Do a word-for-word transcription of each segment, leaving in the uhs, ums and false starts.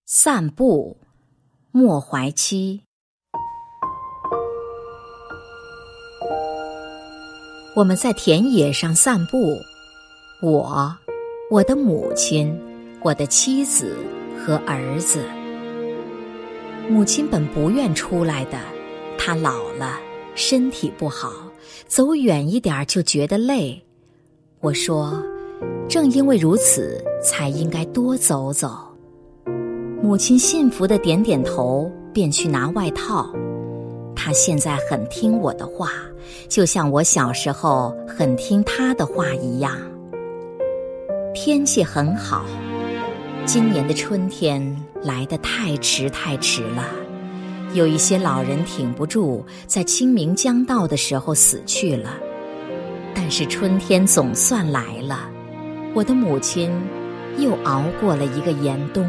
散步，莫怀期。我们在田野上散步，我、我的母亲、我的妻子和儿子。母亲本不愿出来的，她老了，身体不好，走远一点就觉得累。我说，正因为如此，才应该多走走。母亲幸福地点点头，便去拿外套。她现在很听我的话，就像我小时候很听她的话一样。天气很好，今年的春天来得太迟太迟了，有一些老人挺不住，在清明将到的时候死去了。但是春天总算来了，我的母亲又熬过了一个严冬。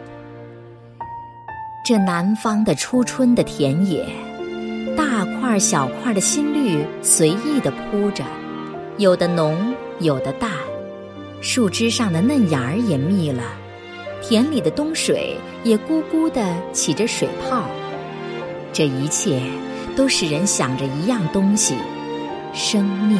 这南方的初春的田野，大块小块的新绿随意地铺着，有的浓，有的淡，树枝上的嫩芽儿也密了，田里的冬水也咕咕地起着水泡。这一切都使人想着一样东西，生命。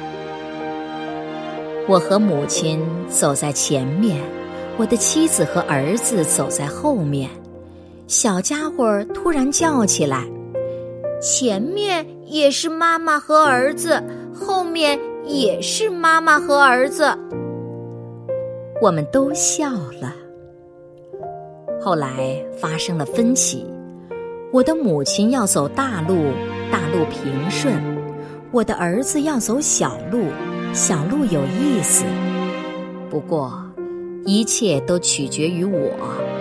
我和母亲走在前面，我的妻子和儿子走在后面。小家伙突然叫起来，前面也是妈妈和儿子，后面也是妈妈和儿子。我们都笑了。后来发生了分歧，我的母亲要走大路，大路平顺；我的儿子要走小路，小路有意思。不过，一切都取决于我。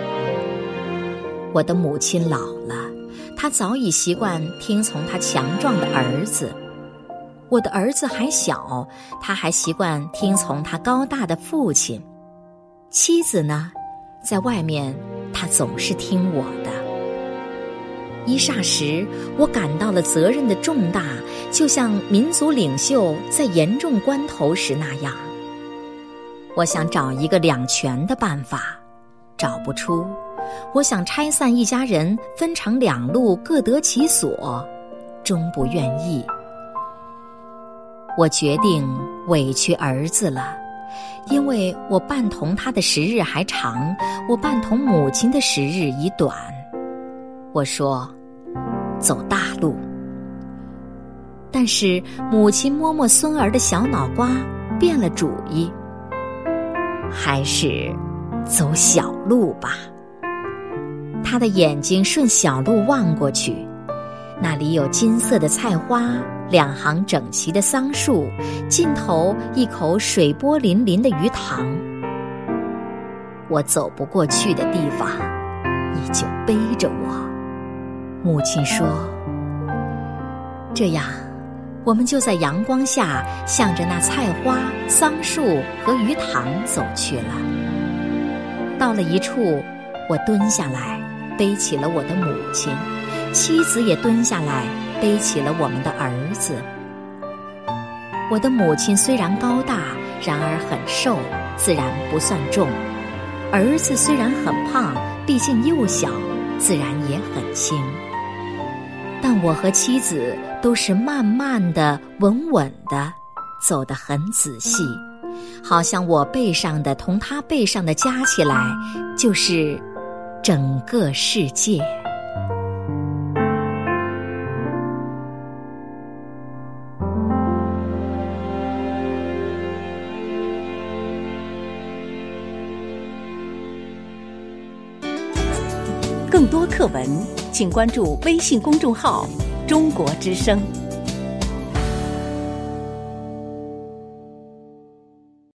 我的母亲老了，她早已习惯听从她强壮的儿子。我的儿子还小，他还习惯听从他高大的父亲。妻子呢，在外面，她总是听我的。一霎时，我感到了责任的重大，就像民族领袖在严重关头时那样。我想找一个两全的办法，找不出。我想拆散一家人，分成两路，各得其所，终不愿意。我决定委屈儿子了，因为我伴同他的时日还长，我伴同母亲的时日已短。我说，走大路。但是母亲摸摸孙儿的小脑瓜，变了主意，还是走小路吧。他的眼睛顺小路望过去，那里有金色的菜花，两行整齐的桑树，尽头一口水波粼粼的鱼塘。我走不过去的地方，你就背着我。母亲说，这样我们就在阳光下向着那菜花、桑树和鱼塘走去了。到了一处，我蹲下来背起了我的母亲，妻子也蹲下来背起了我们的儿子。我的母亲虽然高大，然而很瘦，自然不算重；儿子虽然很胖，毕竟幼小，自然也很轻。但我和妻子都是慢慢的、稳稳的，走得很仔细，好像我背上的同他背上的加起来，就是整个世界。 更多课文，请关注微信公众号“中国之声”。